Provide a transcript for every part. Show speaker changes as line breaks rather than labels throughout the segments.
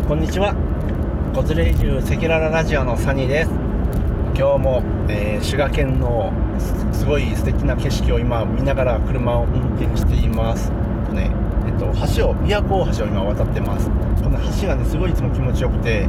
こんにちは。子連れ移住赤裸々ラジオのサニーです。今日も、滋賀県のすごい素敵な景色を今見ながら車を運転しています。橋を宮古大橋を今渡ってます。この橋がねすごいいつも気持ちよくて、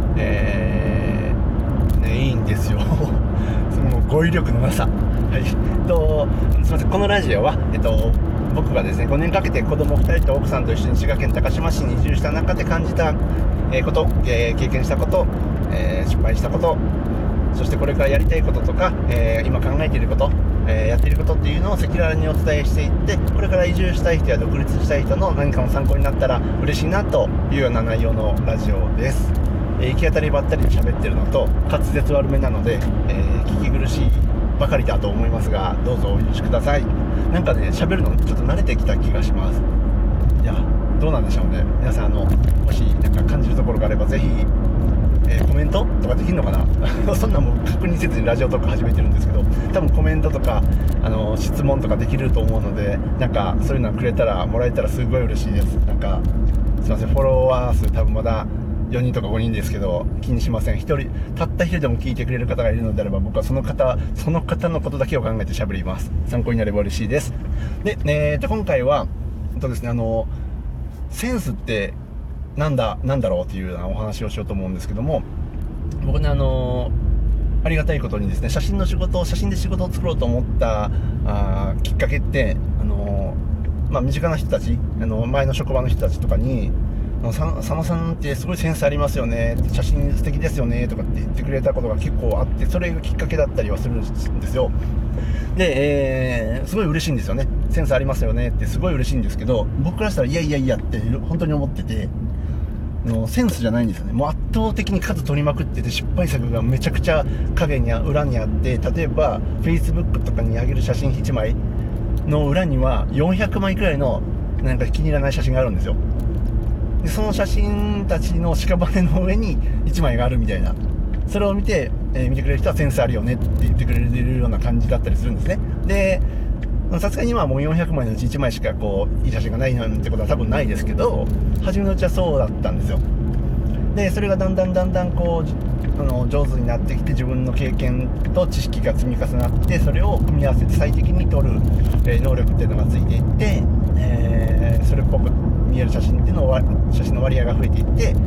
いいんですよその語彙力のなさ、はい、すみません。このラジオは、僕がですね5年かけて子供2人と奥さんと一緒に滋賀県高島市に移住した中で感じたこと、経験したこと、失敗したこと、そしてこれからやりたいこととか、今考えていること、やっていることっていうのを赤裸々にお伝えしていって、これから移住したい人や独立したい人の何かの参考になったら嬉しいなというような内容のラジオです。行き当たりばったりで喋ってるのと滑舌悪めなので、聞き苦しいばかりだと思いますが、どうぞお許しください。なんかね喋るのちょっと慣れてきた気がします。いやどうなんでしょうね。皆さんもしなんか感じるところがあればぜひ、コメントとかできるのかなそんなもん確認せずにラジオとか始めてるんですけど、多分コメントとか質問とかできると思うので、なんかそういうのくれたらもらえたらすごい嬉しいです。なんかすいません、フォロワー数多分まだ4人とか5人ですけど気にしません。たった一人でも聞いてくれる方がいるのであれば、僕はその方のことだけを考えて喋ります。参考になれば嬉しいです。で、今回はですね、センスってなんだろうっていうようなお話をしようと思うんですけども、僕ねありがたいことにですね、写真で仕事を作ろうと思ったきっかけって、身近な人たち、前の職場の人たちとかに佐野さんってすごいセンスありますよね、写真素敵ですよねとかって言ってくれたことが結構あって、それがきっかけだったりはするんですよ。で、すごい嬉しいんですよね。センスありますよねってすごい嬉しいんですけど、僕からしたらいやって本当に思ってて、センスじゃないんですよね。もう圧倒的に数取りまくってて、失敗作がめちゃくちゃ裏にあって、例えば Facebook とかに上げる写真1枚の裏には400枚くらいのなんか気に入らない写真があるんですよ。でその写真たちの屍の上に1枚があるみたいな、それを見て、見てくれる人はセンスあるよねって言ってくれるような感じだったりするんですね。でさすがに今はもう400枚のうち1枚しかいい写真がないなんてことは多分ないですけど、初めのうちはそうだったんですよ。でそれがだんだん上手になってきて、自分の経験と知識が積み重なって、それを組み合わせて最適に撮る、能力っていうのがついていって、それっぽく見える写真っていうの写真の割合が増えていって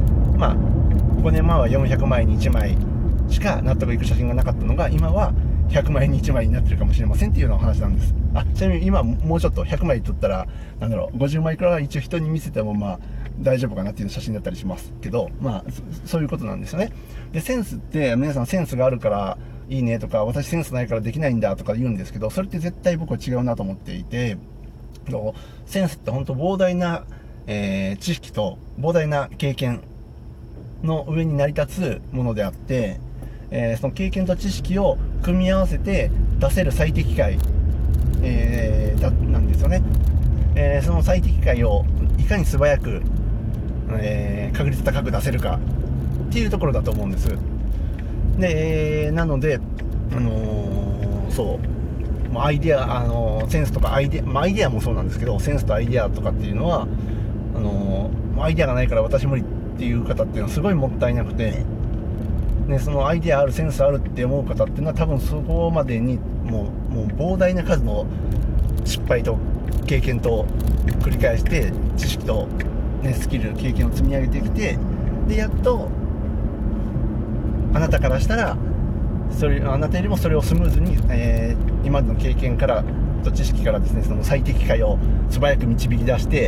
、5年前は400枚に1枚しか納得いく写真がなかったのが、今は100枚に1枚になってるかもしれませんっていうような話なんです。ちなみに今もうちょっと100枚撮ったら50枚くらいは一応人に見せても大丈夫かなっていう写真だったりしますけど、そういうことなんですよね。でセンスって皆さんセンスがあるからいいねとか、私センスないからできないんだとか言うんですけど、それって絶対僕は違うなと思っていて、センスって本当膨大な、知識と膨大な経験の上に成り立つものであって、その経験と知識を組み合わせて出せる最適解、なんですよね。その最適解をいかに素早く、確率高く出せるかっていうところだと思うんです。で、なのでアイデア、センスとかアイデアもそうなんですけど、センスとアイデアとかっていうのはアイデアがないから私無理っていう方っていうのはすごいもったいなくて、そのアイデアある、センスあるって思う方っていうのは多分そこまでにもう膨大な数の失敗と経験と繰り返して、知識と、スキル経験を積み上げてきて、でやっとあなたからしたらあなたよりもそれをスムーズに、今までの経験からと知識からですね、その最適解を素早く導き出して、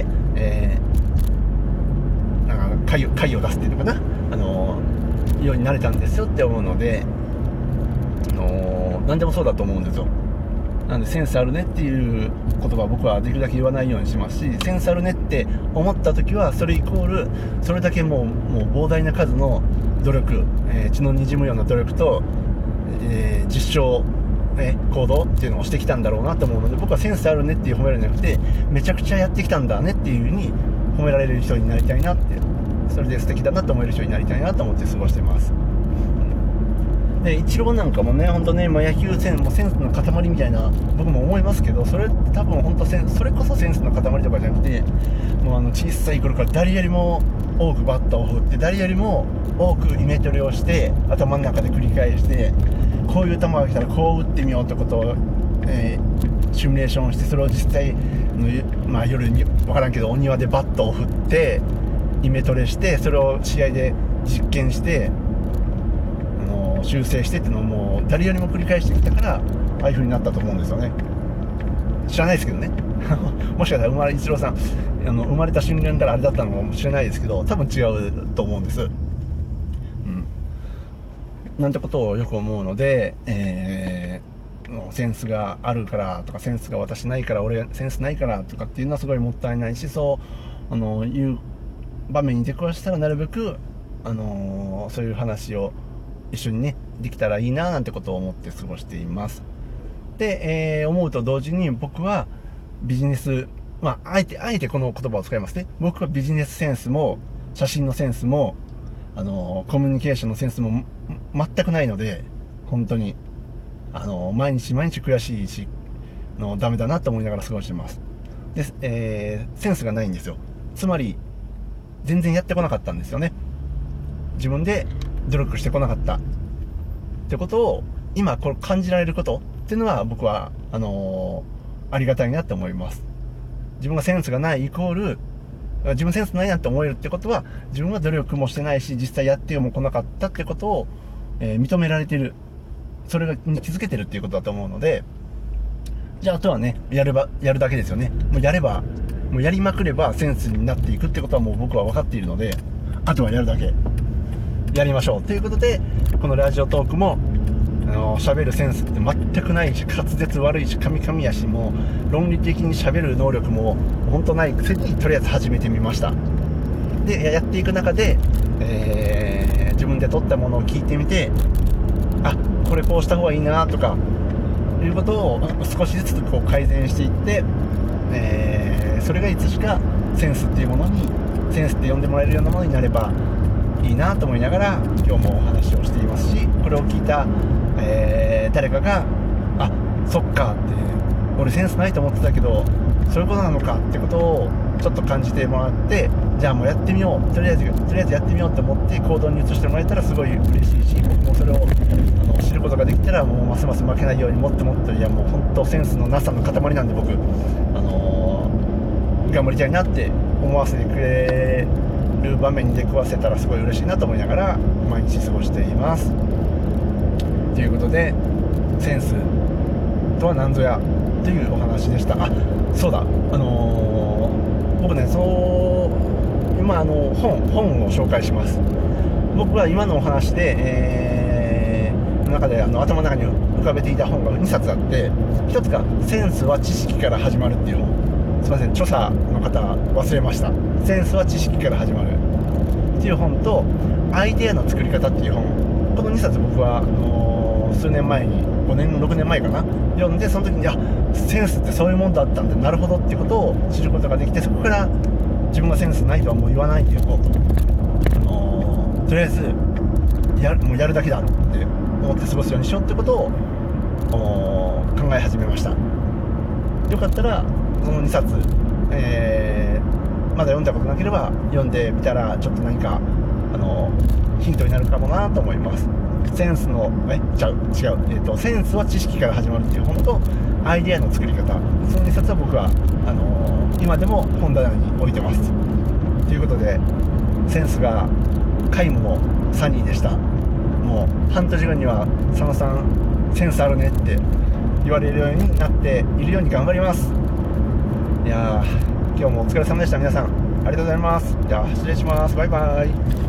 解を出すっていうのかな、ようになれたんですよって思うので、何でもそうだと思うんですよ。なんでセンスあるねっていう言葉は僕はできるだけ言わないようにしますし、センスあるねって思った時はそれイコールそれだけもう膨大な数の努力、血の滲むような努力と、実証、行動っていうのをしてきたんだろうなと思うので、僕はセンスあるねっていう褒められなくて、めちゃくちゃやってきたんだねっていう風に褒められる人になりたいなって、それで素敵だなと思える人になりたいなと思って過ごしてます。 でイチローなんかもね、本当ね、野球センスの塊みたいな僕も思いますけど、それ多分本当それこそセンスの塊とかじゃなくて、もう小さい頃から誰よりも多くバットを振って、誰よりも多くイメトレをして頭の中で繰り返して、こういう球が来たらこう打ってみようってことを、シミュレーションして、それを実際の、夜に分からんけどお庭でバットを振ってイメトレして、それを試合で実験して修正してっていうのをもう誰よりも繰り返してきたから、ああいう風になったと思うんですよね。知らないですけどねもしかしたらイチローさん生まれた瞬間からあれだったのかもしれないですけど、多分違うと思うんです、なんてことをよく思うので、センスがあるからとか、センスが私ないから俺センスないからとかっていうのはすごいもったいないし、そういう場面に出くわしたらなるべく、そういう話を一緒にねできたらいいななんてことを思って過ごしています。で、思うと同時に僕はビジネス、あえてこの言葉を使いますね。僕はビジネスセンスも写真のセンスもコミュニケーションのセンスも全くないので、本当に毎日悔しいしダメだなと思いながら過ごしてます。で、センスがないんですよ。つまり全然やってこなかったんですよね。自分で努力してこなかったってことを今これ感じられることっていうのは、僕はありがたいなって思います。自分がセンスがないイコール、自分センスないなって思えるってことは、自分は努力もしてないし実際やっても来なかったってことを、認められてる、それに気づけてるっていうことだと思うので、じゃああとはねやるだけですよね。もうやりまくればセンスになっていくってことはもう僕は分かっているので、あとはやるだけやりましょうということで、このラジオトークも喋るセンスって全くないし、滑舌悪いし、カミカミやし、もう論理的に喋る能力も本当ないくせにとりあえず始めてみました。でやっていく中で、自分で撮ったものを聞いてみて、これこうした方がいいなとかいうことを少しずつこう改善していって、それがいつしかセンスっていうものに、センスって呼んでもらえるようなものになればいいなと思いながら今日もお話をしていますし、これを聞いた、誰かがそっかって、俺センスないと思ってたけどそういうことなのかってことをちょっと感じてもらって、じゃあもうやってみよう、とりあえずやってみようと思って行動に移してもらえたらすごい嬉しいし、僕もそれを知ることができたらもうますます負けないようにもっともっと、いやもう本当センスのなさの塊なんで僕、頑張りたいなって思わせてくれる場面に出くわせたらすごい嬉しいなと思いながら毎日過ごしていますということで、センスとは何ぞやというお話でした。そうだ、僕ね今本を紹介します。僕は今のお話で、中で頭の中に浮かべていた本が2冊あって、1つがセンスは知識から始まるっていう本、すいません著者の方忘れました。センスは知識から始まるっていう本と、アイデアの作り方っていう本、この2冊僕は数年前に5年6年前かな読んで、その時にセンスってそういうもんだったんだ、なるほどっていうことを知ることができて、そこから自分がセンスないとはもう言わないっていうこと、とりあえずもうやるだけだって思って過ごすようにしようってことを考え始めました。よかったらその2冊、まだ読んだことなければ読んでみたら、ちょっと何かヒントになるかもなと思います。センスのセンスは知識から始まるっていう本と、アイデアの作り方、その2冊は僕は今でも本棚に置いてますということで、センスが皆無のサニーでした。もう半年後には佐野さんセンスあるねって言われるようになっているように頑張ります。いや今日もお疲れ様でした。皆さんありがとうございます。じゃあ失礼します。バイバイ。